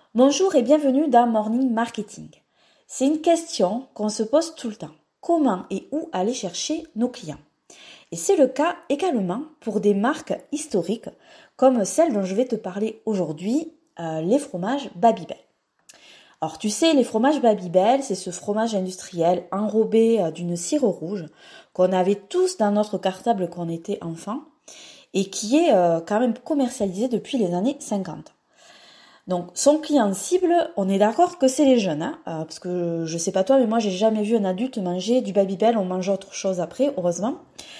Bonjour et bienvenue dans Morning Marketing. C'est une question qu'on se pose tout le temps. Comment et où aller chercher nos clients? Et c'est le cas également pour des marques historiques comme celle dont je vais te parler aujourd'hui, les fromages Babybel. Alors tu sais, les fromages Babybel, c'est ce fromage industriel enrobé d'une cire rouge qu'on avait tous dans notre cartable quand on était enfant et qui est quand même commercialisé depuis les années 50. Donc son client cible, on est d'accord que c'est les jeunes, parce que je sais pas toi, mais moi j'ai jamais vu un adulte manger du Babybel, on mange autre chose après, heureusement.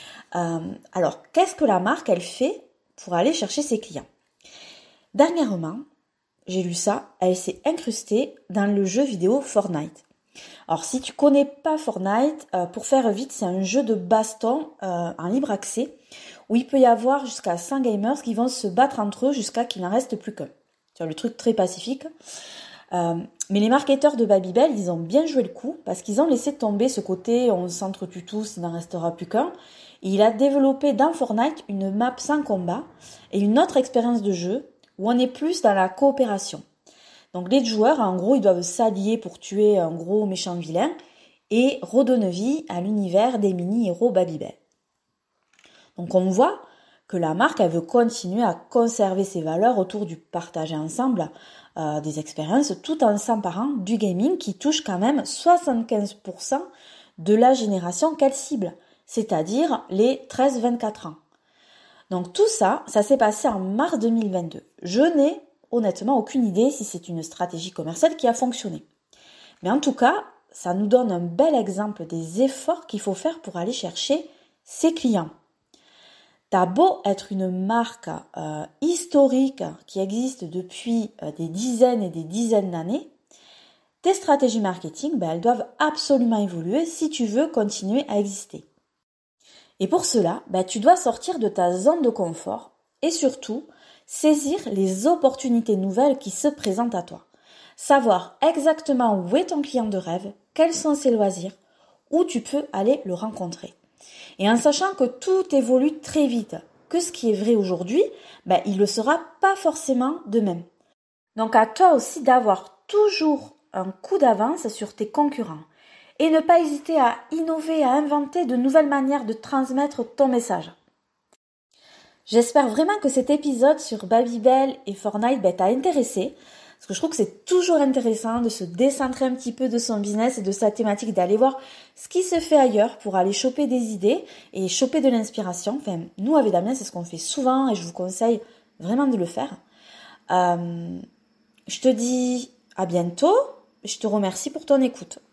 Alors qu'est-ce que la marque elle fait pour aller chercher ses clients? Dernièrement, j'ai lu ça, elle s'est incrustée dans le jeu vidéo Fortnite. Alors si tu connais pas Fortnite, pour faire vite, c'est un jeu de baston en libre accès où il peut y avoir jusqu'à 100 gamers qui vont se battre entre eux jusqu'à qu'il n'en reste plus qu'un. C'est le truc très pacifique. Mais les marketeurs de Babybel, ils ont bien joué le coup parce qu'ils ont laissé tomber ce côté on s'entretue tous, il n'en restera plus qu'un. Et il a développé dans Fortnite une map sans combat et une autre expérience de jeu où on est plus dans la coopération. Donc les joueurs, en gros, ils doivent s'allier pour tuer un gros méchant vilain et redonner vie à l'univers des mini-héros Babybel. Donc on voit que la marque elle veut continuer à conserver ses valeurs autour du partage ensemble des expériences tout en s'emparant du gaming qui touche quand même 75% de la génération qu'elle cible, c'est-à-dire les 13-24 ans. Donc tout ça, ça s'est passé en mars 2022. Je n'ai honnêtement aucune idée si c'est une stratégie commerciale qui a fonctionné. Mais en tout cas, ça nous donne un bel exemple des efforts qu'il faut faire pour aller chercher ses clients. T'as beau être une marque historique qui existe depuis des dizaines et des dizaines d'années, tes stratégies marketing, elles doivent absolument évoluer si tu veux continuer à exister. Et pour cela, tu dois sortir de ta zone de confort et surtout saisir les opportunités nouvelles qui se présentent à toi. Savoir exactement où est ton client de rêve, quels sont ses loisirs, où tu peux aller le rencontrer. Et en sachant que tout évolue très vite, que ce qui est vrai aujourd'hui, il ne le sera pas forcément demain. Donc à toi aussi d'avoir toujours un coup d'avance sur tes concurrents et ne pas hésiter à innover, à inventer de nouvelles manières de transmettre ton message. J'espère vraiment que cet épisode sur Babybel et Fortnite t'a intéressé. Parce que je trouve que c'est toujours intéressant de se décentrer un petit peu de son business et de sa thématique, d'aller voir ce qui se fait ailleurs pour aller choper des idées et choper de l'inspiration. Enfin, nous, avec Damien, c'est ce qu'on fait souvent et je vous conseille vraiment de le faire. Je te dis à bientôt. Je te remercie pour ton écoute.